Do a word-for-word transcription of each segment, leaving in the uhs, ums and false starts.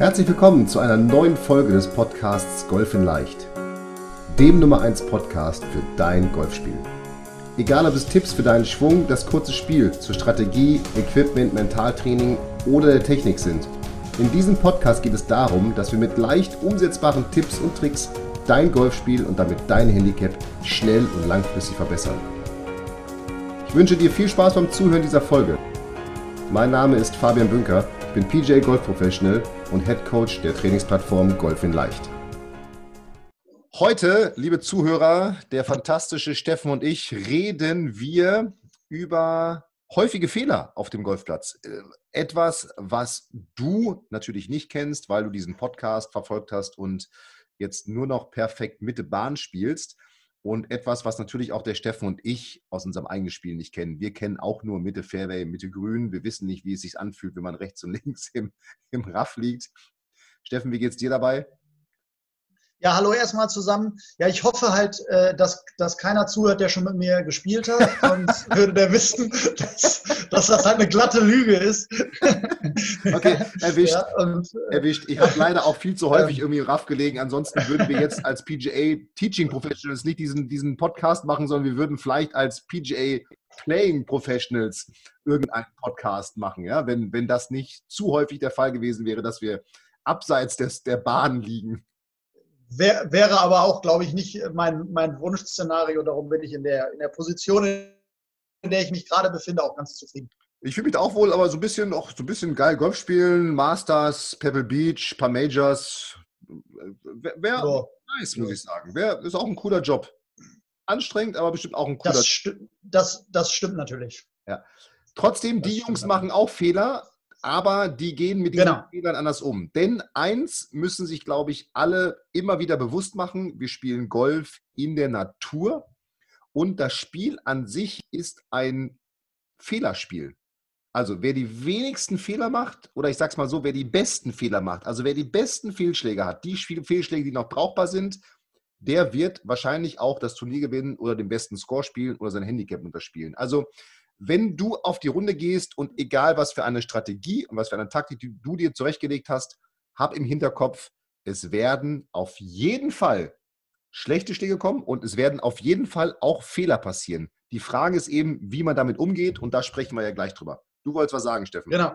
Herzlich willkommen zu einer neuen Folge des Podcasts Golf in Leicht, dem Nummer eins Podcast für dein Golfspiel. Egal ob es Tipps für deinen Schwung, das kurze Spiel, zur Strategie, Equipment, Mentaltraining oder der Technik sind. In diesem Podcast geht es darum, dass wir mit leicht umsetzbaren Tipps und Tricks dein Golfspiel und damit dein Handicap schnell und langfristig verbessern. Ich wünsche dir viel Spaß beim Zuhören dieser Folge. Mein Name ist Fabian Bünker, ich bin P G A Golf Professional und Head Coach der Trainingsplattform Golf in Leicht. Heute, liebe Zuhörer, der fantastische Steffen und ich reden wir über häufige Fehler auf dem Golfplatz. Etwas, was du natürlich nicht kennst, weil du diesen Podcast verfolgt hast und jetzt nur noch perfekt Mitte Bahn spielst. Und etwas, was natürlich auch der Steffen und ich aus unserem eigenen Spiel nicht kennen. Wir kennen auch nur Mitte Fairway, Mitte Grün. Wir wissen nicht, wie es sich anfühlt, wenn man rechts und links im, im Raff liegt. Steffen, wie geht's dir dabei? Ja, hallo erstmal zusammen. Ja, ich hoffe halt, äh, dass, dass keiner zuhört, der schon mit mir gespielt hat. Sonst würde der wissen, dass, dass das halt eine glatte Lüge ist. Okay, erwischt. Ja, und, äh, erwischt. Ich habe leider auch viel zu häufig ähm, irgendwie im Raff gelegen. Ansonsten würden wir jetzt als P G A Teaching Professionals nicht diesen, diesen Podcast machen, sondern wir würden vielleicht als P G A Playing Professionals irgendeinen Podcast machen. Ja? Wenn, wenn das nicht zu häufig der Fall gewesen wäre, dass wir abseits des, der Bahn liegen. Wär, wäre aber auch, glaube ich, nicht mein, mein Wunschszenario. Darum bin ich in der, in der Position, in der ich mich gerade befinde, auch ganz zufrieden. Ich fühle mich auch wohl, aber so ein bisschen, auch so ein bisschen geil Golf spielen, Masters, Pebble Beach, paar Majors. Wäre So. nice, muss ich sagen. Wär, ist auch ein cooler Job. Anstrengend, aber bestimmt auch ein cooler das Job. Sti- das, das stimmt natürlich. Ja. Trotzdem, Das die stimmt Jungs natürlich. machen auch Fehler, aber die gehen mit diesen Genau. Fehlern anders um. Denn eins müssen sich, glaube ich, alle immer wieder bewusst machen. Wir spielen Golf in der Natur und das Spiel an sich ist ein Fehlerspiel. Also wer die wenigsten Fehler macht, oder ich sag's mal so, wer die besten Fehler macht, also wer die besten Fehlschläge hat, die Fehlschläge, die noch brauchbar sind, der wird wahrscheinlich auch das Turnier gewinnen oder den besten Score spielen oder sein Handicap unterspielen. Also wenn du auf die Runde gehst und egal was für eine Strategie und was für eine Taktik die du dir zurechtgelegt hast, hab im Hinterkopf, es werden auf jeden Fall schlechte Schläge kommen und es werden auf jeden Fall auch Fehler passieren. Die Frage ist eben, wie man damit umgeht und da sprechen wir ja gleich drüber. Du wolltest was sagen, Steffen. Genau.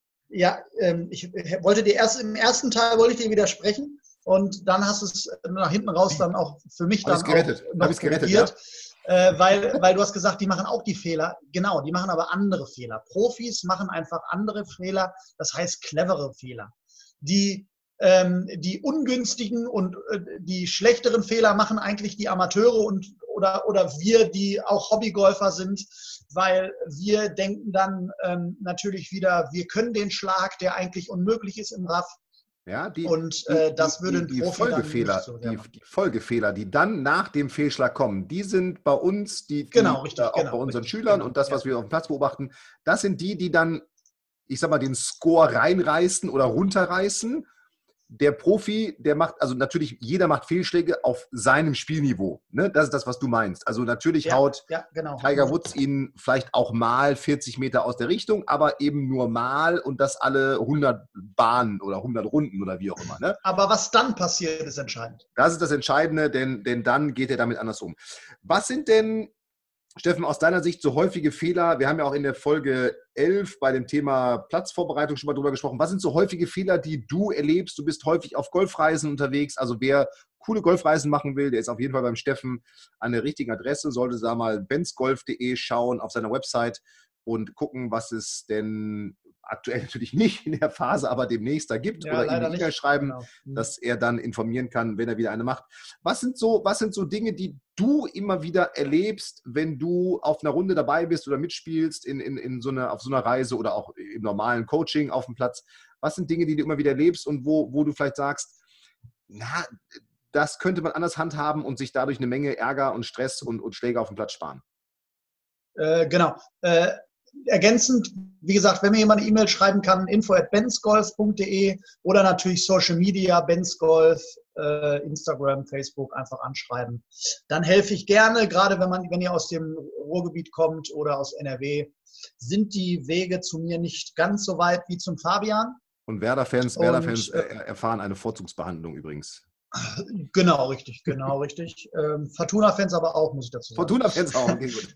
Ja, ähm, ich wollte dir erst im ersten Teil wollte ich dir widersprechen und dann hast du es nach hinten raus dann auch für mich Hab dann ich's gerettet. auch noch Hab ich's gerettet, korrigiert, äh, weil, weil du hast gesagt, die machen auch die Fehler. Genau, die machen aber andere Fehler. Profis machen einfach andere Fehler, das heißt clevere Fehler. Die ähm, die ungünstigen und äh, die schlechteren Fehler machen eigentlich die Amateure und oder, oder wir, die auch Hobbygolfer sind, weil wir denken dann ähm, natürlich wieder, wir können den Schlag, der eigentlich unmöglich ist im Raff. Ja, die, Und äh, das die, würde ein die, die, Profi Folgefehler, dann nicht so sehr die, machen. die Folgefehler, die dann nach dem Fehlschlag kommen, die sind bei uns, die, die Genau, richtig, äh, auch genau, bei unseren richtig, Schülern genau, und das, was ja. wir auf dem Platz beobachten, das sind die, die dann, ich sag mal, den Score reinreißen oder runterreißen. Der Profi, der macht, also natürlich, jeder macht Fehlschläge auf seinem Spielniveau. Ne? Das ist das, was du meinst. Also natürlich Ja, haut ja, genau. Tiger Woods ihn vielleicht auch mal vierzig Meter aus der Richtung, aber eben nur mal und das alle hundert Bahnen oder hundert Runden oder wie auch immer. Ne? Aber was dann passiert, ist entscheidend. Das ist das Entscheidende, denn, denn dann geht er damit anders um. Was sind denn, Steffen, aus deiner Sicht so häufige Fehler? Wir haben ja auch in der Folge elf bei dem Thema Platzvorbereitung schon mal drüber gesprochen. Was sind so häufige Fehler, die du erlebst? Du bist häufig auf Golfreisen unterwegs. Also wer coole Golfreisen machen will, der ist auf jeden Fall beim Steffen an der richtigen Adresse. Sollte da mal bensgolf punkt de schauen auf seiner Website und gucken, was es denn aktuell natürlich nicht in der Phase, aber demnächst da gibt, Ja, oder ihm leider eine E-Mail nicht. schreiben, Genau. Mhm. dass er dann informieren kann, wenn er wieder eine macht. Was sind so, was sind so Dinge, die du immer wieder erlebst, wenn du auf einer Runde dabei bist oder mitspielst in, in, in so einer, auf so einer Reise oder auch im normalen Coaching auf dem Platz? Was sind Dinge, die du immer wieder erlebst und wo, wo du vielleicht sagst, na, das könnte man anders handhaben und sich dadurch eine Menge Ärger und Stress und, und Schläge auf dem Platz sparen? Äh, genau. Äh, ergänzend, wie gesagt, wenn mir jemand eine E-Mail schreiben kann, info at bensgolf punkt de oder natürlich Social Media, Bensgolf, äh, Instagram, Facebook einfach anschreiben. Dann helfe ich gerne, gerade wenn man, wenn ihr aus dem Ruhrgebiet kommt oder aus N R W, sind die Wege zu mir nicht ganz so weit wie zum Fabian. Und Werder-Fans Und, Werder-Fans äh, erfahren eine Vorzugsbehandlung übrigens. Genau, richtig, genau, richtig. Ähm, Fortuna-Fans aber auch, muss ich dazu sagen. Fortuna-Fans auch, okay, gut.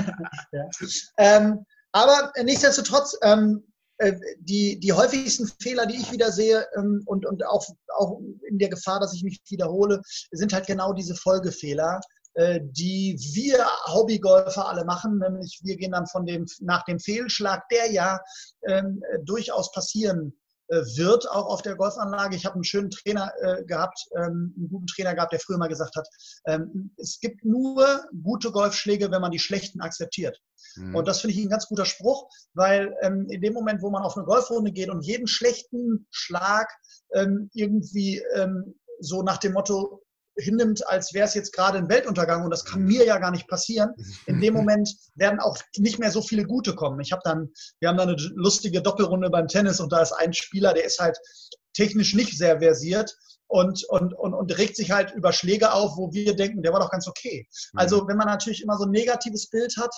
Ja. Ähm, aber nichtsdestotrotz, ähm, äh, die, die häufigsten Fehler, die ich wieder sehe ähm, und, und auch, auch in der Gefahr, dass ich mich wiederhole, sind halt genau diese Folgefehler, äh, die wir Hobbygolfer alle machen. Nämlich wir gehen dann von dem, nach dem Fehlschlag, der ja ähm, äh, durchaus passieren wird, auch auf der Golfanlage. Ich habe einen schönen Trainer äh, gehabt, ähm, einen guten Trainer gehabt, der früher mal gesagt hat, ähm, es gibt nur gute Golfschläge, wenn man die schlechten akzeptiert. Mhm. Und das finde ich ein ganz guter Spruch, weil ähm, in dem Moment, wo man auf eine Golfrunde geht und jeden schlechten Schlag ähm, irgendwie ähm, so nach dem Motto hinnimmt, als wäre es jetzt gerade ein Weltuntergang und das kann mir ja gar nicht passieren. In dem Moment werden auch nicht mehr so viele gute kommen. Ich habe dann, wir haben dann eine lustige Doppelrunde beim Tennis und da ist ein Spieler, der ist halt technisch nicht sehr versiert und, und, und, und regt sich halt über Schläge auf, wo wir denken, der war doch ganz okay. Also wenn man natürlich immer so ein negatives Bild hat,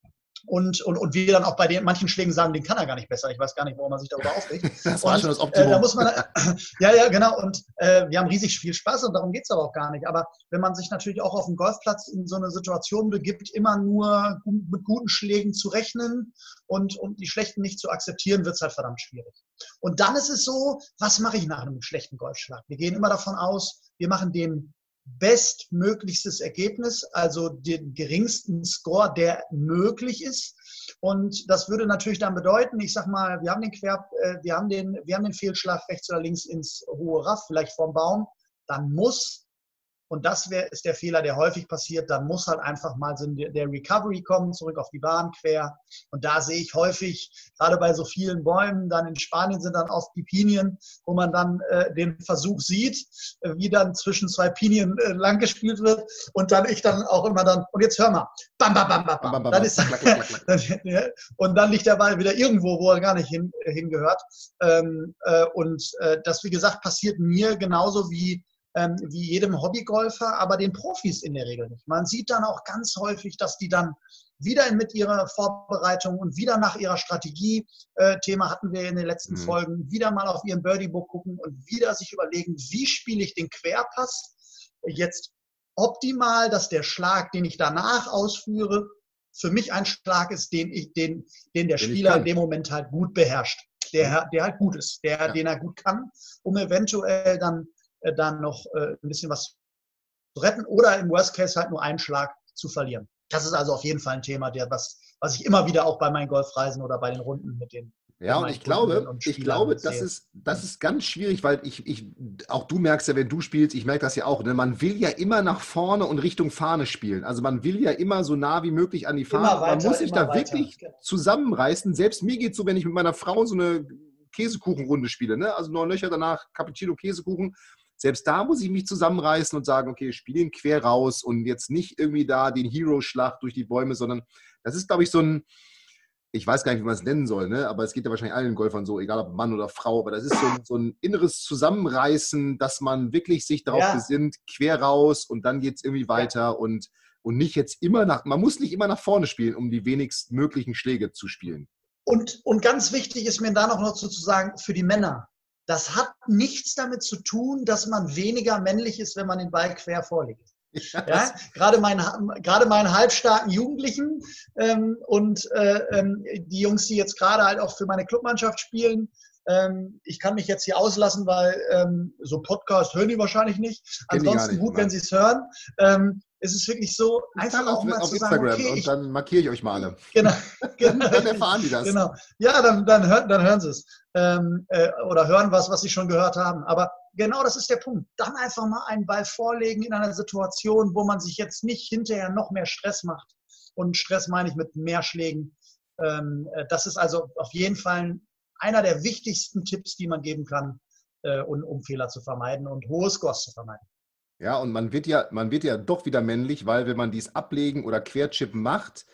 Und, und, und wir dann auch bei den manchen Schlägen sagen, den kann er gar nicht besser. Ich weiß gar nicht, warum man sich darüber aufregt. Das war und, schon das Optimum. Äh, da muss man, ja, ja, genau. Und äh, wir haben riesig viel Spaß und darum geht es aber auch gar nicht. Aber wenn man sich natürlich auch auf dem Golfplatz in so eine Situation begibt, immer nur mit guten Schlägen zu rechnen und, und die schlechten nicht zu akzeptieren, wird es halt verdammt schwierig. Und dann ist es so, was mache ich nach einem schlechten Golfschlag? Wir gehen immer davon aus, wir machen den bestmöglichstes Ergebnis, also den geringsten Score, der möglich ist. Und das würde natürlich dann bedeuten, ich sag mal, wir haben den Quer, äh, wir haben den, wir haben den Fehlschlag rechts oder links ins hohe Raff, vielleicht vom Baum, dann muss, und das wär, ist der Fehler, der häufig passiert, dann muss halt einfach mal so der Recovery kommen, zurück auf die Bahn, quer. Und da sehe ich häufig, gerade bei so vielen Bäumen, dann in Spanien sind dann oft die Pinien, wo man dann äh, den Versuch sieht, äh, wie dann zwischen zwei Pinien äh, lang gespielt wird. Und dann ich dann auch immer dann, und jetzt hör mal, bam, bam, bam, bam, bam. bam, dann ist, klack, klack, klack, klack. Und dann liegt der Ball wieder irgendwo, wo er gar nicht hin, äh, hingehört. Ähm, äh, und äh, das, wie gesagt, passiert mir genauso wie Ähm, wie jedem Hobbygolfer, aber den Profis in der Regel nicht. Man sieht dann auch ganz häufig, dass die dann wieder mit ihrer Vorbereitung und wieder nach ihrer Strategie, äh, Thema hatten wir in den letzten mhm. Folgen, wieder mal auf ihren Birdie-Book gucken und wieder sich überlegen, wie spiele ich den Querpass jetzt optimal, dass der Schlag, den ich danach ausführe, für mich ein Schlag ist, den, ich, den, den der den Spieler in dem Moment halt gut beherrscht, der, der halt gut ist, der, ja. den er gut kann, um eventuell dann dann noch äh, ein bisschen was zu retten oder im Worst Case halt nur einen Schlag zu verlieren. Das ist also auf jeden Fall ein Thema, der was, was ich immer wieder auch bei meinen Golfreisen oder bei den Runden mit den Ja, und ich glaube, und ich glaube, das ist, das ist ganz schwierig, weil ich, ich, auch du merkst ja, wenn du spielst, ich merke das ja auch, ne? Man will ja immer nach vorne und Richtung Fahne spielen. Also man will ja immer so nah wie möglich an die Fahne. Weiter, man muss sich da weiter. wirklich zusammenreißen. Selbst mir geht es so, wenn ich mit meiner Frau so eine Käsekuchenrunde spiele, ne? Also neun Löcher danach, Cappuccino, Käsekuchen. Selbst da muss ich mich zusammenreißen und sagen, okay, ich spiele ihn quer raus und jetzt nicht irgendwie da den Hero-Schlag durch die Bäume, sondern das ist, glaube ich, so ein, ich weiß gar nicht, wie man es nennen soll, ne? Aber es geht ja wahrscheinlich allen Golfern so, egal ob Mann oder Frau, aber das ist so ein, so ein inneres Zusammenreißen, dass man wirklich sich darauf ja. besinnt, quer raus und dann geht es irgendwie weiter ja. und, und nicht jetzt immer nach, man muss nicht immer nach vorne spielen, um die wenigstmöglichen Schläge zu spielen. Und, und ganz wichtig ist mir da noch, noch zu sagen, für die Männer, das hat nichts damit zu tun, dass man weniger männlich ist, wenn man den Ball quer vorlegt. Ja, ja? Gerade, mein, gerade meinen halbstarken Jugendlichen ähm, und äh, ähm, die Jungs, die jetzt gerade halt auch für meine Clubmannschaft spielen, ähm, ich kann mich jetzt hier auslassen, weil ähm, so Podcast hören die wahrscheinlich nicht. Ansonsten nicht, gut, Mann. Wenn sie es hören. Ähm, es ist wirklich so, einfach auch mal auf zu Instagram sagen, okay, und ich, dann markiere ich euch mal alle. Genau. genau dann erfahren die das. Genau. Ja, dann, dann, hör, dann hören sie es. Ähm, äh, oder hören was, was sie schon gehört haben. Aber genau das ist der Punkt. Dann einfach mal einen Ball vorlegen in einer Situation, wo man sich jetzt nicht hinterher noch mehr Stress macht. Und Stress meine ich mit mehr Schlägen. Ähm, äh, das ist also auf jeden Fall einer der wichtigsten Tipps, die man geben kann, äh, um, um Fehler zu vermeiden und hohe Scores zu vermeiden. Ja, und man wird ja, man wird ja doch wieder männlich, weil wenn man dies Ablegen oder Querchippen macht,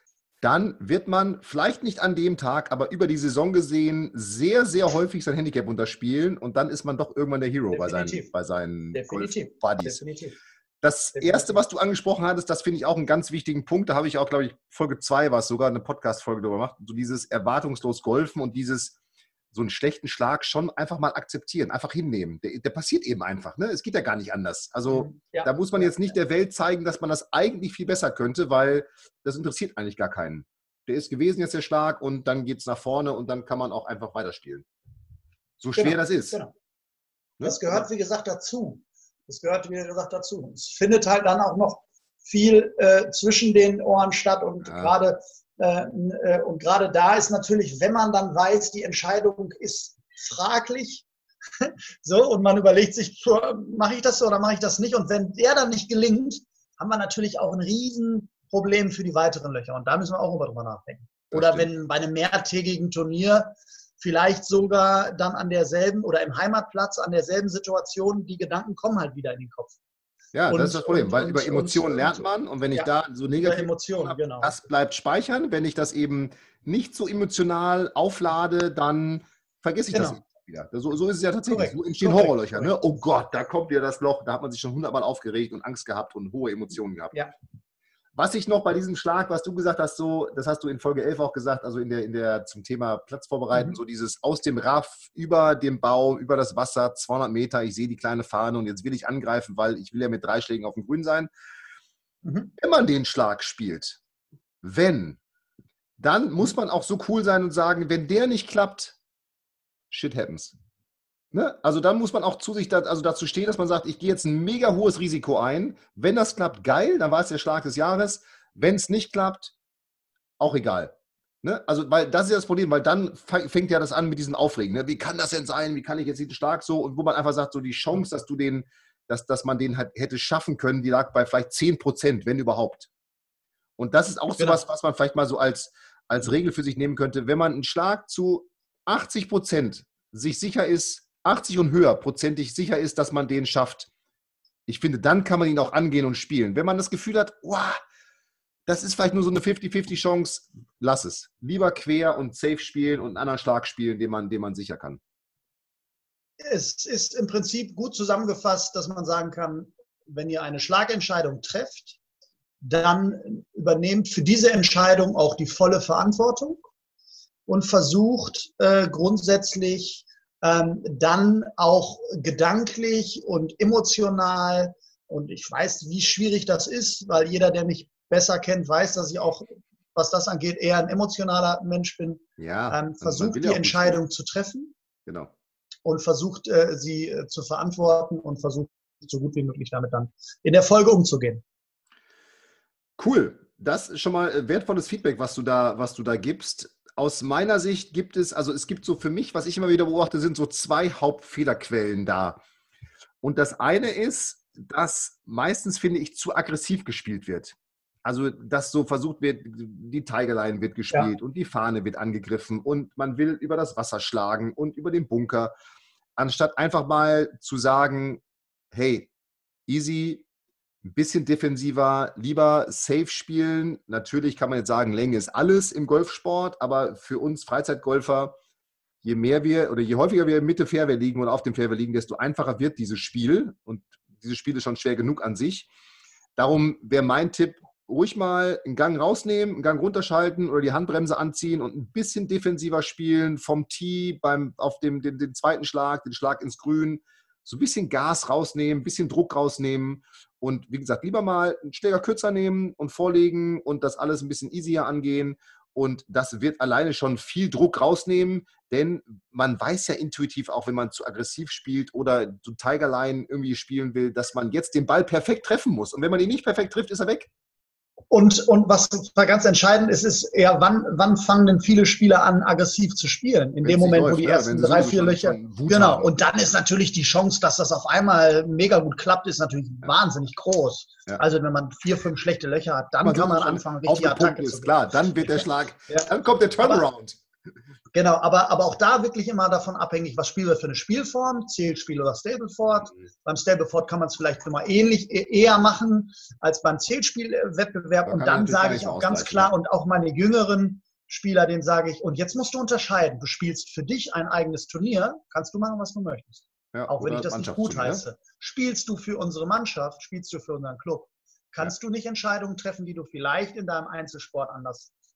dann wird man vielleicht nicht an dem Tag, aber über die Saison gesehen sehr, sehr häufig sein Handicap unterspielen und dann ist man doch irgendwann der Hero Definitiv. bei seinen, bei seinen Golf-Buddies. Das Definitiv. Erste, was du angesprochen hattest, das finde ich auch einen ganz wichtigen Punkt. Da habe ich auch, glaube ich, Folge zwei war es sogar, eine Podcast-Folge darüber gemacht. So dieses erwartungslos Golfen und dieses so einen schlechten Schlag schon einfach mal akzeptieren, einfach hinnehmen. Der, der passiert eben einfach. Ne? Es geht ja gar nicht anders. Also Ja. da muss man jetzt nicht der Welt zeigen, dass man das eigentlich viel besser könnte, weil das interessiert eigentlich gar keinen. Der ist gewesen jetzt der Schlag und dann geht es nach vorne und dann kann man auch einfach weiterspielen. So schwer Genau, das ist. Genau. Ne? Das gehört, wie gesagt, dazu. Das gehört, wie gesagt, dazu. Es findet halt dann auch noch viel äh, zwischen den Ohren statt und Ja. gerade äh, äh, und gerade da ist natürlich, wenn man dann weiß, die Entscheidung ist fraglich, so, und man überlegt sich, mache ich das oder mache ich das nicht? Und wenn der dann nicht gelingt, haben wir natürlich auch ein Riesenproblem für die weiteren Löcher. Und da müssen wir auch immer drüber nachdenken. Das Oder stimmt. wenn bei einem mehrtägigen Turnier vielleicht sogar dann an derselben oder im Heimatplatz an derselben Situation, die Gedanken kommen halt wieder in den Kopf. Ja, Und- das ist das Problem, und- weil und- über Emotionen und- lernt man und wenn ich ja, da so Über negativ Emotionen, habe, genau. das bleibt speichern. Wenn ich das eben nicht so emotional auflade, dann vergesse ich das Genau. wieder. So, so ist es ja tatsächlich. Korrekt, So entstehen korrekt, Horrorlöcher. Ne? korrekt. Oh Gott, da kommt wieder das Loch. Da hat man sich schon hundertmal aufgeregt und Angst gehabt und hohe Emotionen gehabt. Ja. Was ich noch bei diesem Schlag, was du gesagt hast, so, das hast du in Folge elf auch gesagt, also in der, in der zum Thema Platz vorbereiten, Mhm. so dieses aus dem Raff, über dem Baum, über das Wasser, zweihundert Meter, ich sehe die kleine Fahne und jetzt will ich angreifen, weil ich will ja mit drei Schlägen auf dem Grün sein. Mhm. Wenn man den Schlag spielt, wenn, dann muss man auch so cool sein und sagen, wenn der nicht klappt, shit happens. Ne? Also dann muss man auch zu sich da, also dazu stehen, dass man sagt, ich gehe jetzt ein mega hohes Risiko ein. Wenn das klappt, geil, dann war es der Schlag des Jahres. Wenn es nicht klappt, auch egal. Ne? Also, weil das ist ja das Problem, weil dann fängt ja das an mit diesem Aufregen. Ne? Wie kann das denn sein? Wie kann ich jetzt den Schlag so? Und wo man einfach sagt, so die Chance, dass du den, dass, dass man den halt hätte schaffen können, die lag bei vielleicht zehn Prozent, wenn überhaupt. Und das ist auch so Genau. was, was man vielleicht mal so als, als Regel für sich nehmen könnte. Wenn man einen Schlag zu achtzig Prozent sich sicher ist, achtzig und höher prozentig sicher ist, dass man den schafft, ich finde, dann kann man ihn auch angehen und spielen. Wenn man das Gefühl hat, wow, das ist vielleicht nur so eine fünfzig fünfzig Chance, lass es. Lieber quer und safe spielen und einen anderen Schlag spielen, den man, den man sicher kann. Es ist im Prinzip gut zusammengefasst, dass man sagen kann, wenn ihr eine Schlagentscheidung trefft, dann übernehmt für diese Entscheidung auch die volle Verantwortung und versucht äh, grundsätzlich ähm, dann auch gedanklich und emotional, und ich weiß, wie schwierig das ist, weil jeder, der mich besser kennt, weiß, dass ich auch, was das angeht, eher ein emotionaler Mensch bin, Ja, ähm, man versucht will die ja auch gut Entscheidung zu treffen Genau. und versucht äh, sie äh, zu verantworten und versucht so gut wie möglich damit dann in der Folge umzugehen. Cool. Das ist schon mal wertvolles Feedback, was du da, was du da gibst. Aus meiner Sicht gibt es, also es gibt so für mich, was ich immer wieder beobachte, sind so zwei Hauptfehlerquellen da. Und das eine ist, dass meistens, finde ich, zu aggressiv gespielt wird. Also, dass so versucht wird, die Tigerline wird gespielt ja. und die Fahne wird angegriffen und man will über das Wasser schlagen und über den Bunker, anstatt einfach mal zu sagen, hey, easy, ein bisschen defensiver, lieber safe spielen. Natürlich kann man jetzt sagen, Länge ist alles im Golfsport, aber für uns Freizeitgolfer, je mehr wir oder je häufiger wir Mitte Fairway liegen oder auf dem Fairway liegen, desto einfacher wird dieses Spiel. Und dieses Spiel ist schon schwer genug an sich. Darum wäre mein Tipp, ruhig mal einen Gang rausnehmen, einen Gang runterschalten oder die Handbremse anziehen und ein bisschen defensiver spielen vom Tee beim, auf dem den, den zweiten Schlag, den Schlag ins Grün. So ein bisschen Gas rausnehmen, ein bisschen Druck rausnehmen und wie gesagt, lieber mal einen Schläger kürzer nehmen und vorlegen und das alles ein bisschen easier angehen. Und das wird alleine schon viel Druck rausnehmen, denn man weiß ja intuitiv auch, wenn man zu aggressiv spielt oder so Tigerline irgendwie spielen will, dass man jetzt den Ball perfekt treffen muss. Und wenn man ihn nicht perfekt trifft, ist er weg. Und, und was ganz entscheidend ist, ist eher, wann, wann fangen denn viele Spieler an, aggressiv zu spielen? In Wenn's dem Moment, läuft, wo die ne? ersten drei, vier schon, Löcher. schon Genau. haben. Und dann ist natürlich die Chance, dass das auf einmal mega gut klappt, ist natürlich ja. wahnsinnig groß. Ja. Also wenn man vier, fünf schlechte Löcher hat, dann man kann man anfangen, richtig Attacke ist, zu klar, dann wird der Schlag, ja. dann kommt der Turnaround. Genau, aber, aber auch da wirklich immer davon abhängig, was spielen wir für eine Spielform, Zählspiel oder Stableford. Mhm. Beim Stableford kann man es vielleicht immer ähnlich eher machen als beim Zählspielwettbewerb. Da und dann sage ich auch ganz klar, ja. und auch meine jüngeren Spieler, denen sage ich, und jetzt musst du unterscheiden. Du spielst für dich ein eigenes Turnier, kannst du machen, was du möchtest. Ja, auch wenn ich das nicht gut heiße. Spielst du für unsere Mannschaft, spielst du für unseren Club, kannst ja. du nicht Entscheidungen treffen, die du vielleicht in deinem Einzelsport anders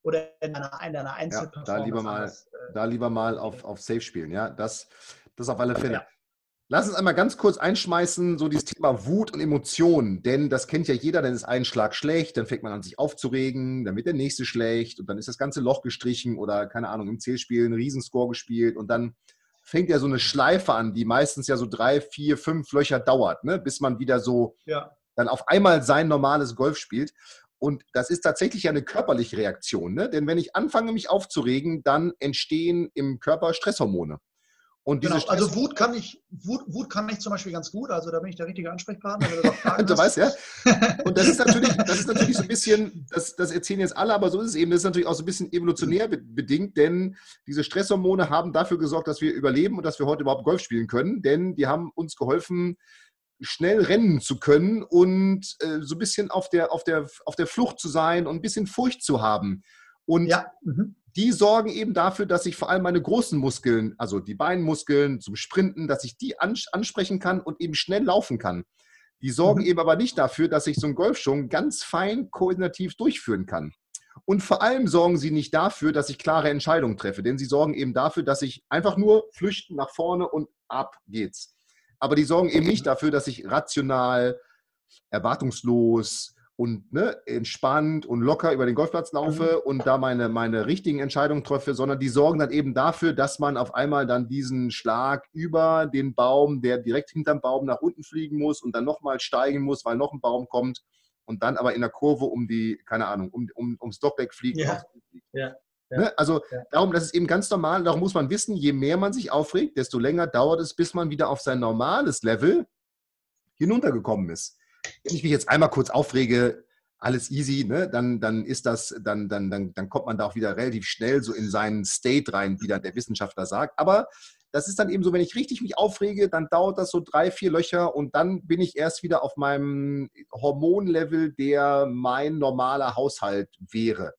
oder in einer, in einer Ja, Einzelperformance. da lieber mal, anders, äh, da lieber mal auf, auf Safe spielen. Ja, das, das auf alle Fälle. ja. Lass uns einmal ganz kurz einschmeißen, so dieses Thema Wut und Emotionen, denn das kennt ja jeder, dann ist ein Schlag schlecht, dann fängt man an sich aufzuregen, dann wird der nächste schlecht und dann ist das ganze Loch gestrichen oder keine Ahnung, im Zählspiel einen Riesenscore gespielt und dann fängt ja so eine Schleife an, die meistens ja so drei, vier, fünf Löcher dauert, ne, bis man wieder so Ja. dann auf einmal sein normales Golf spielt. Und das ist tatsächlich eine körperliche Reaktion, ne? Denn wenn ich anfange, mich aufzuregen, dann entstehen im Körper Stresshormone. Und diese Genau, also Stresshormone, Wut kann ich, Wut, Wut kann ich zum Beispiel ganz gut, also da bin ich der richtige Ansprechpartner, wenn du da Fragen du hast. weißt ja. Und das ist natürlich, das ist natürlich so ein bisschen, das, das erzählen jetzt alle, aber so ist es eben, das ist natürlich auch so ein bisschen evolutionär be- bedingt, denn diese Stresshormone haben dafür gesorgt, dass wir überleben und dass wir heute überhaupt Golf spielen können, denn die haben uns geholfen, schnell rennen zu können und äh, so ein bisschen auf der, auf, der, auf der Flucht zu sein und ein bisschen Furcht zu haben. Und Ja. Mhm. die sorgen eben dafür, dass ich vor allem meine großen Muskeln, also die Beinmuskeln zum Sprinten, dass ich die ans- ansprechen kann und eben schnell laufen kann. Die sorgen Mhm. eben aber nicht dafür, dass ich so einen Golfschwung ganz fein koordinativ durchführen kann. Und vor allem sorgen sie nicht dafür, dass ich klare Entscheidungen treffe, denn sie sorgen eben dafür, dass ich einfach nur flüchten nach vorne und ab geht's. Aber die sorgen eben nicht dafür, dass ich rational, erwartungslos und ne, entspannt und locker über den Golfplatz laufe und da meine, meine richtigen Entscheidungen treffe, sondern die sorgen dann eben dafür, dass man auf einmal dann diesen Schlag über den Baum, der direkt hinterm Baum nach unten fliegen muss und dann nochmal steigen muss, weil noch ein Baum kommt und dann aber in der Kurve um die, keine Ahnung, um, um, ums Dockback fliegt. Ja. Ja. Ja. Ne? Also Ja. darum, das ist eben ganz normal, darum muss man wissen, je mehr man sich aufregt, desto länger dauert es, bis man wieder auf sein normales Level hinuntergekommen ist. Wenn ich mich jetzt einmal kurz aufrege, alles easy, ne? dann, dann ist das, dann, dann, dann, dann kommt man da auch wieder relativ schnell so in seinen State rein, wie dann der Wissenschaftler sagt. Aber das ist dann eben so, wenn ich richtig mich aufrege, dann dauert das so drei, vier Löcher und dann bin ich erst wieder auf meinem Hormonlevel, der mein normaler Haushalt wäre.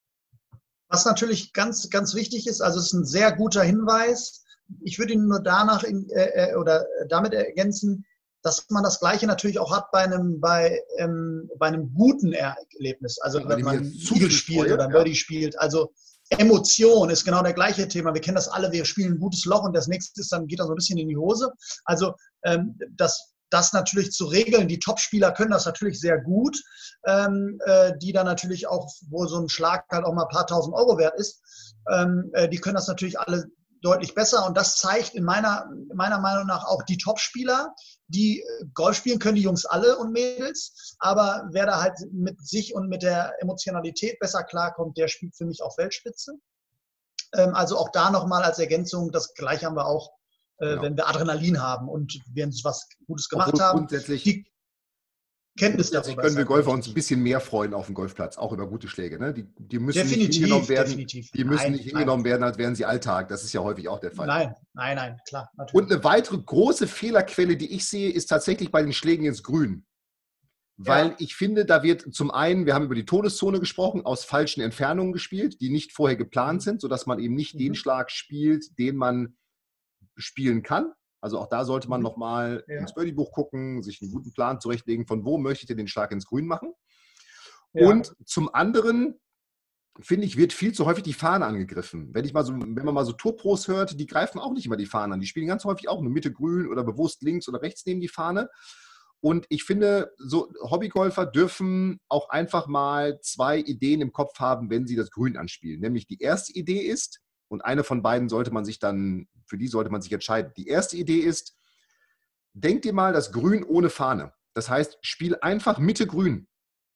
Was natürlich ganz, ganz wichtig ist, also es ist ein sehr guter Hinweis. Ich würde ihn nur danach in, äh, oder damit ergänzen, dass man das Gleiche natürlich auch hat bei einem, bei, ähm, bei einem guten Erlebnis. Also Ja, wenn wenn man ich jetzt zu Eagle viel spielt freue, oder ja. Birdie spielt. Also Emotion ist genau das gleiche Thema. Wir kennen das alle, wir spielen ein gutes Loch und das nächste ist dann, geht dann so ein bisschen in die Hose. Also ähm, das, das natürlich zu regeln, die Topspieler können das natürlich sehr gut, ähm, äh, die dann natürlich auch, wo so ein Schlag halt auch mal ein paar tausend Euro wert ist, ähm, äh, die können das natürlich alle deutlich besser und das zeigt in meiner, meiner Meinung nach auch die Topspieler, die Golf spielen können, die Jungs alle und Mädels, aber wer da halt mit sich und mit der Emotionalität besser klarkommt, der spielt für mich auch Weltspitze. Ähm, also auch da nochmal als Ergänzung, das Gleiche haben wir auch, äh, Genau. wenn wir Adrenalin haben und wir uns was Gutes gemacht Obwohl haben. grundsätzlich, Die Kenntnis grundsätzlich darüber können ist wir halt Golfer uns wichtig. ein bisschen mehr freuen auf dem Golfplatz, auch über gute Schläge. Ne? Die, die müssen Definitiv, nicht hingenommen werden, definitiv. die müssen Nein, nicht nein. hingenommen werden, als wären sie Alltag. Das ist ja häufig auch der Fall. Nein, nein, nein, klar, Und natürlich. eine weitere große Fehlerquelle, die ich sehe, ist tatsächlich bei den Schlägen ins Grün. Weil Ja. ich finde, da wird zum einen, wir haben über die Todeszone gesprochen, aus falschen Entfernungen gespielt, die nicht vorher geplant sind, sodass man eben nicht Mhm. den Schlag spielt, den man spielen kann. Also auch da sollte man Mhm. nochmal Ja. ins Birdie-Buch gucken, sich einen guten Plan zurechtlegen, von wo möchte ich denn den Schlag ins Grün machen. Ja. Und zum anderen, finde ich, wird viel zu häufig die Fahne angegriffen. Wenn, ich mal so, wenn man mal so Tourpros hört, die greifen auch nicht immer die Fahne an. Die spielen ganz häufig auch nur Mitte grün oder bewusst links oder rechts neben die Fahne. Und ich finde, so Hobbygolfer dürfen auch einfach mal zwei Ideen im Kopf haben, wenn sie das Grün anspielen. Nämlich die erste Idee ist, und eine von beiden sollte man sich dann, für die sollte man sich entscheiden. Die erste Idee ist, denk dir mal das Grün ohne Fahne. Das heißt, spiel einfach Mitte grün.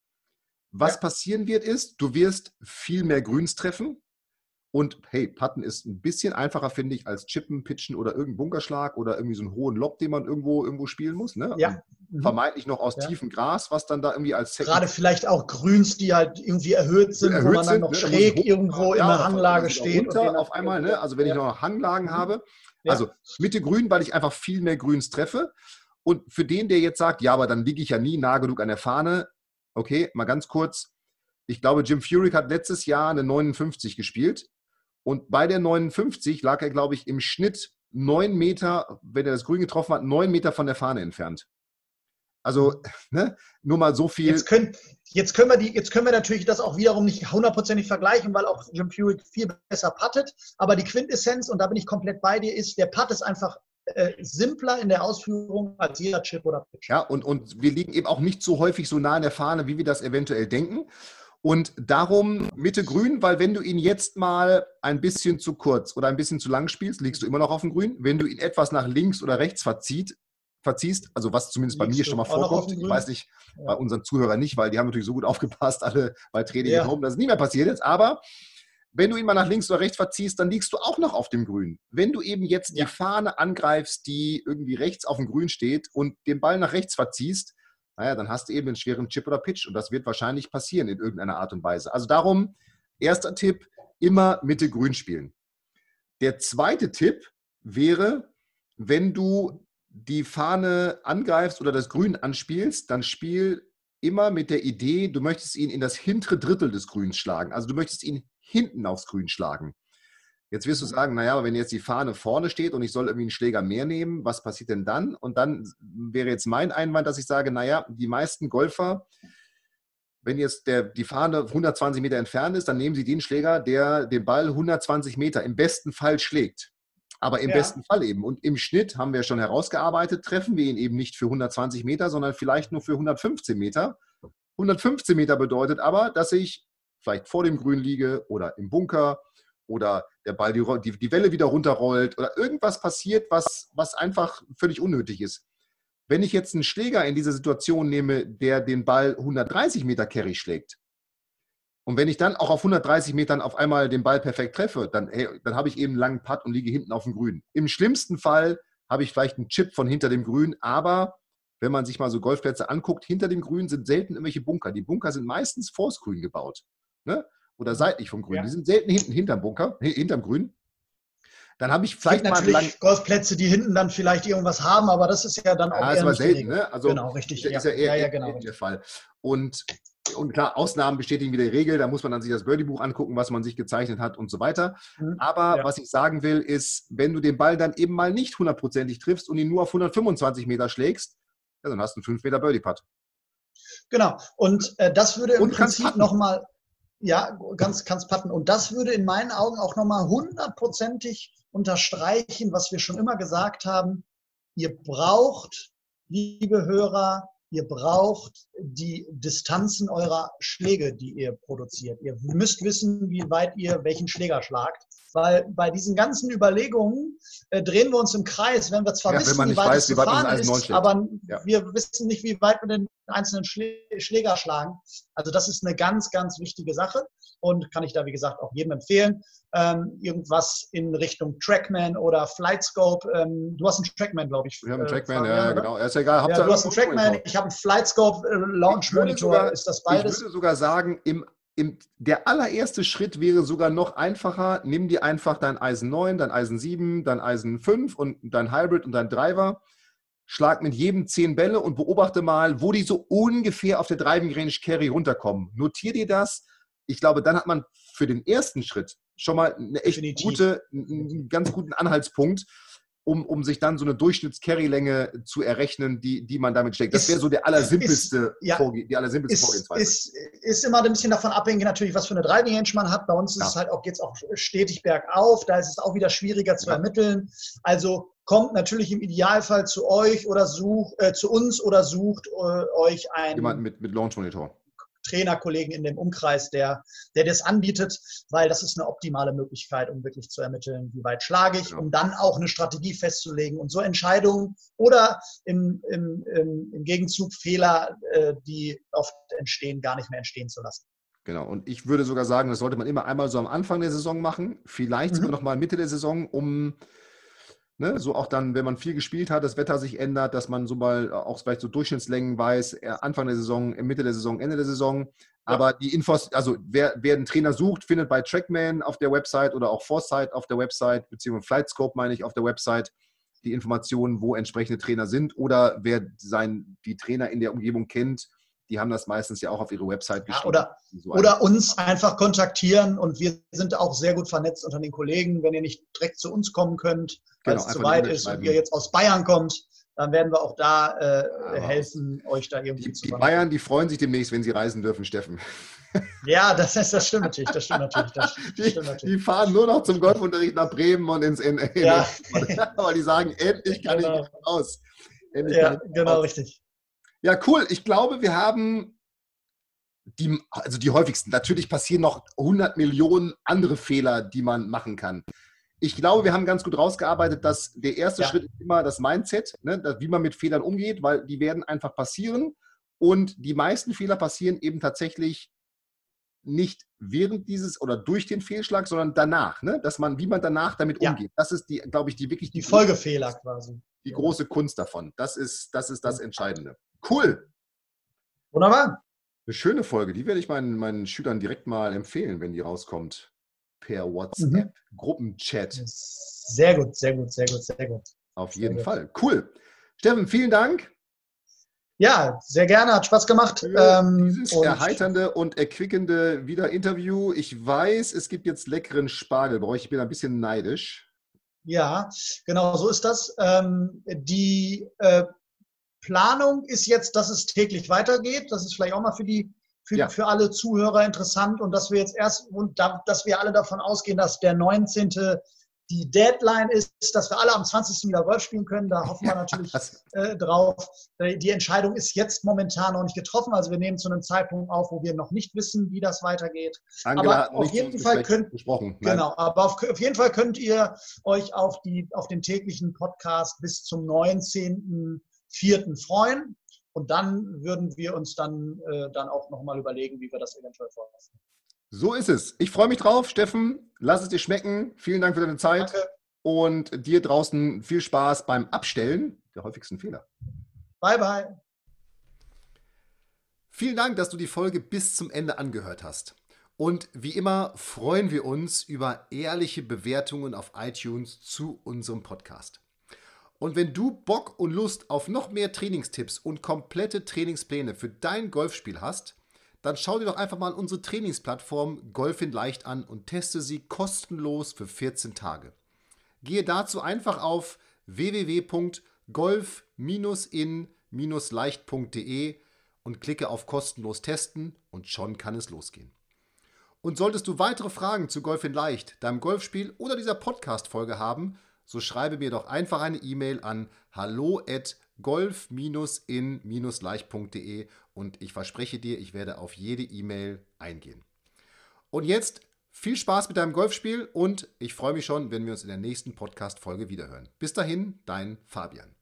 Was Ja. passieren wird, ist, du wirst viel mehr Grüns treffen. Und hey, Putten ist ein bisschen einfacher, finde ich, als Chippen, Pitchen oder irgendein Bunkerschlag oder irgendwie so einen hohen Lob, den man irgendwo, irgendwo spielen muss. Ne? Ja. Und Mhm. vermeintlich noch aus Ja. tiefem Gras, was dann da irgendwie als Gerade vielleicht auch Grüns, die halt irgendwie erhöht sind, erhöht wo man dann sind, noch ne? Da muss schräg ich hoch, irgendwo ja, in der oder Hanglage sogar steht. Und runter den auf einmal, ne? Also wenn ja. ich noch Hanglagen Mhm. habe. Ja. Also Mitte grün, weil ich einfach viel mehr Grüns treffe. Und für den, der jetzt sagt, ja, aber dann liege ich ja nie nah genug an der Fahne. Okay, mal ganz kurz. Ich glaube, Jim Furyk hat letztes Jahr eine neunundfünfzig gespielt. Und bei der neunundfünfzig lag er, glaube ich, im Schnitt neun Meter, wenn er das Grün getroffen hat, neun Meter von der Fahne entfernt. Also ne, nur mal so viel. Jetzt können, jetzt, können wir die, jetzt können wir natürlich das auch wiederum nicht hundertprozentig vergleichen, weil auch Jim Furyk viel besser puttet. Aber die Quintessenz, und da bin ich komplett bei dir, ist, der Putt ist einfach äh, simpler in der Ausführung als jeder Chip oder Pitch. Ja, und, und wir liegen eben auch nicht so häufig so nah an der Fahne, wie wir das eventuell denken. Und darum Mitte grün, weil wenn du ihn jetzt mal ein bisschen zu kurz oder ein bisschen zu lang spielst, liegst du immer noch auf dem Grün. Wenn du ihn etwas nach links oder rechts verzieht, verziehst, also was zumindest bei mir schon mal vorkommt, ich weiß nicht, ja. bei unseren Zuhörern nicht, weil die haben natürlich so gut aufgepasst, alle bei Training ja. at Home, dass es nie mehr passiert ist, aber wenn du ihn mal nach links oder rechts verziehst, dann liegst du auch noch auf dem Grün. Wenn du eben jetzt ja. die Fahne angreifst, die irgendwie rechts auf dem Grün steht und den Ball nach rechts verziehst, naja, dann hast du eben einen schweren Chip oder Pitch und das wird wahrscheinlich passieren in irgendeiner Art und Weise. Also darum, erster Tipp, immer Mitte grün spielen. Der zweite Tipp wäre, wenn du die Fahne angreifst oder das Grün anspielst, dann spiel immer mit der Idee, du möchtest ihn in das hintere Drittel des Grüns schlagen. Also du möchtest ihn hinten aufs Grün schlagen. Jetzt wirst du sagen, naja, aber wenn jetzt die Fahne vorne steht und ich soll irgendwie einen Schläger mehr nehmen, was passiert denn dann? Und dann wäre jetzt mein Einwand, dass ich sage, naja, die meisten Golfer, wenn jetzt der, die Fahne hundertzwanzig Meter entfernt ist, dann nehmen sie den Schläger, der den Ball hundertzwanzig Meter im besten Fall schlägt. Aber im ja. besten Fall eben. Und im Schnitt haben wir schon herausgearbeitet, treffen wir ihn eben nicht für hundertzwanzig Meter, sondern vielleicht nur für hundertfünfzehn Meter. hundertfünfzehn Meter bedeutet aber, dass ich vielleicht vor dem Grün liege oder im Bunker oder der Ball die, die, die Welle wieder runterrollt oder irgendwas passiert, was, was einfach völlig unnötig ist. Wenn ich jetzt einen Schläger in dieser Situation nehme, der den Ball hundertdreißig Meter Carry schlägt, und wenn ich dann auch auf hundertdreißig Metern auf einmal den Ball perfekt treffe, dann, hey, dann habe ich eben einen langen Putt und liege hinten auf dem Grün. Im schlimmsten Fall habe ich vielleicht einen Chip von hinter dem Grün, aber wenn man sich mal so Golfplätze anguckt, hinter dem Grün sind selten irgendwelche Bunker. Die Bunker sind meistens vors Grün gebaut, ne? Oder seitlich vom Grün. Ja. Die sind selten hinten hinterm Bunker, hinterm Grün. Dann habe ich vielleicht mal natürlich lang Golfplätze, die hinten dann vielleicht irgendwas haben, aber das ist ja dann auch ja, eher ist aber selten, ne? Also genau, richtig. Ist ja, ja eher, ja, ja, genau. der Fall. Und Und klar, Ausnahmen bestätigen wieder die Regel, da muss man dann sich das Birdie-Buch angucken, was man sich gezeichnet hat und so weiter. Mhm. Aber ja. was ich sagen will, ist, wenn du den Ball dann eben mal nicht hundertprozentig triffst und ihn nur auf hundertfünfundzwanzig Meter schlägst, ja, dann hast du einen fünf Meter Birdie-Putt. Genau, und äh, das würde im und Prinzip nochmal, ja, ganz, kannst putten. Und das würde in meinen Augen auch nochmal hundertprozentig unterstreichen, was wir schon immer gesagt haben. Ihr braucht, liebe Hörer, Ihr braucht die Distanzen eurer Schläge, die ihr produziert. Ihr müsst wissen, wie weit ihr welchen Schläger schlagt. Weil bei diesen ganzen Überlegungen äh, drehen wir uns im Kreis, wenn wir zwar ja, wissen, wie weit weiß, es zu fahren ist, aber ja. wir wissen nicht, wie weit wir den einzelnen Schläger schlagen. Also das ist eine ganz, ganz wichtige Sache und kann ich da, wie gesagt, auch jedem empfehlen. Ähm, irgendwas in Richtung Trackman oder Flightscope. Ähm, du hast einen Trackman, glaube ich. Wir haben einen Trackman, äh, ja, ja, genau. Ist egal. Ja, du hast einen Trackman, ich habe einen Flightscope, äh, Launch Monitor, ist das beides? Ich würde sogar sagen, im Im, der allererste Schritt wäre sogar noch einfacher. Nimm dir einfach dein Eisen neun, dein Eisen sieben, dein Eisen fünf und dein Hybrid und dein Driver. Schlag mit jedem zehn Bälle und beobachte mal, wo die so ungefähr auf der Driving Range Carry runterkommen. Notier dir das. Ich glaube, dann hat man für den ersten Schritt schon mal eine echt gute, einen ganz guten Anhaltspunkt, um, um sich dann so eine Durchschnitts-Carry-Länge zu errechnen, die, die man damit steckt. Das wäre so der allersimpelste, ist, ja, Vorge die allersimpelste ist, Vorgehensweise. Ist, ist immer ein bisschen davon abhängig, natürlich, was für eine Driving Range man hat. Bei uns ist ja. es halt auch, geht es auch stetig bergauf, da ist es auch wieder schwieriger zu ja. ermitteln. Also kommt natürlich im Idealfall zu euch oder sucht, äh, zu uns oder sucht äh, euch einen jemanden mit, mit Launch Monitor. Trainerkollegen in dem Umkreis, der, der das anbietet, weil das ist eine optimale Möglichkeit, um wirklich zu ermitteln, wie weit schlage ich, um dann auch eine Strategie festzulegen und so Entscheidungen oder im, im, im, im Gegenzug Fehler, äh, die oft entstehen, gar nicht mehr entstehen zu lassen. Genau, und ich würde sogar sagen, das sollte man immer einmal so am Anfang der Saison machen, vielleicht mhm. sogar noch mal Mitte der Saison, um Ne, so auch dann, wenn man viel gespielt hat, das Wetter sich ändert, dass man so mal auch vielleicht so Durchschnittslängen weiß, Anfang der Saison, Mitte der Saison, Ende der Saison. Aber ja. die Infos, also wer, wer einen Trainer sucht, findet bei Trackman auf der Website oder auch Foresight auf der Website, beziehungsweise Flightscope meine ich auf der Website, die Informationen, wo entsprechende Trainer sind. Oder wer sein, die Trainer in der Umgebung kennt, die haben das meistens ja auch auf ihre Website geschrieben. Ja, oder so oder uns einfach kontaktieren und wir sind auch sehr gut vernetzt unter den Kollegen. Wenn ihr nicht direkt zu uns kommen könnt, weil genau, es zu weit ist und ihr jetzt aus Bayern kommt, dann werden wir auch da äh, helfen, euch da irgendwie die, zu Die vermitteln. Bayern, die freuen sich demnächst, wenn sie reisen dürfen, Steffen. Ja, das, ist, das stimmt natürlich, das stimmt natürlich. Das Die, stimmt natürlich. die fahren nur noch zum Golfunterricht nach Bremen und ins in, in, Ja. weil die sagen, endlich kann Genau. ich raus. Endlich Ja, kann ich genau, raus. richtig. Ja, cool. Ich glaube, wir haben die, also die häufigsten. Natürlich passieren noch hundert Millionen andere Fehler, die man machen kann. Ich glaube, wir haben ganz gut rausgearbeitet, dass der erste Ja. Schritt ist immer das Mindset, ne, wie man mit Fehlern umgeht, weil die werden einfach passieren. Und die meisten Fehler passieren eben tatsächlich nicht während dieses oder durch den Fehlschlag, sondern danach, ne? Dass man, wie man danach damit Ja. umgeht. Das ist die, glaube ich, die wirklich Die die Folgefehler quasi. Die große Kunst davon. Das ist, das ist das Entscheidende. Cool. Wunderbar. Eine schöne Folge. Die werde ich meinen, meinen Schülern direkt mal empfehlen, wenn die rauskommt. Per WhatsApp, Mhm. Gruppenchat. Sehr gut, sehr gut, sehr gut, sehr gut. Auf Sehr jeden gut. Fall. Cool. Steffen, vielen Dank. Ja, sehr gerne, hat Spaß gemacht. Für Ähm, dieses und erheiternde und erquickende Wieder-Interview. Ich weiß, es gibt jetzt leckeren Spargel bei euch. Ich bin ein bisschen neidisch. ja, genau, so ist das. Ähm, die äh, Planung ist jetzt, dass es täglich weitergeht. Das ist vielleicht auch mal für die für, Ja. für alle Zuhörer interessant und dass wir jetzt erst und da, dass wir alle davon ausgehen, dass der neunzehnte die Deadline ist, dass wir alle am zwanzigsten wieder Golf spielen können. Da hoffen wir natürlich äh, drauf. Die Entscheidung ist jetzt momentan noch nicht getroffen. Also wir nehmen zu einem Zeitpunkt auf, wo wir noch nicht wissen, wie das weitergeht. Angela aber hat auf nicht jeden Fall könnt, gesprochen. Nein. Genau, aber auf, auf jeden Fall könnt ihr euch auf, die, auf den täglichen Podcast bis zum neunzehnten vierten freuen. Und dann würden wir uns dann, äh, dann auch nochmal überlegen, wie wir das eventuell vorlassen. So ist es. Ich freue mich drauf, Steffen. Lass es dir schmecken. Vielen Dank für deine Zeit. Danke. Und dir draußen viel Spaß beim Abstellen der häufigsten Fehler. Bye, bye. Vielen Dank, dass du die Folge bis zum Ende angehört hast. Und wie immer freuen wir uns über ehrliche Bewertungen auf iTunes zu unserem Podcast. Und wenn du Bock und Lust auf noch mehr Trainingstipps und komplette Trainingspläne für dein Golfspiel hast, dann schau dir doch einfach mal unsere Trainingsplattform Golf in Leicht an und teste sie kostenlos für vierzehn Tage. Gehe dazu einfach auf w w w punkt golf in leicht punkt de und klicke auf kostenlos testen und schon kann es losgehen. Und solltest du weitere Fragen zu Golf in Leicht, deinem Golfspiel oder dieser Podcast-Folge haben, so schreibe mir doch einfach eine E-Mail an hallo at golf in leicht punkt de und ich verspreche dir, ich werde auf jede E-Mail eingehen. Und jetzt viel Spaß mit deinem Golfspiel und ich freue mich schon, wenn wir uns in der nächsten Podcast-Folge wiederhören. Bis dahin, dein Fabian.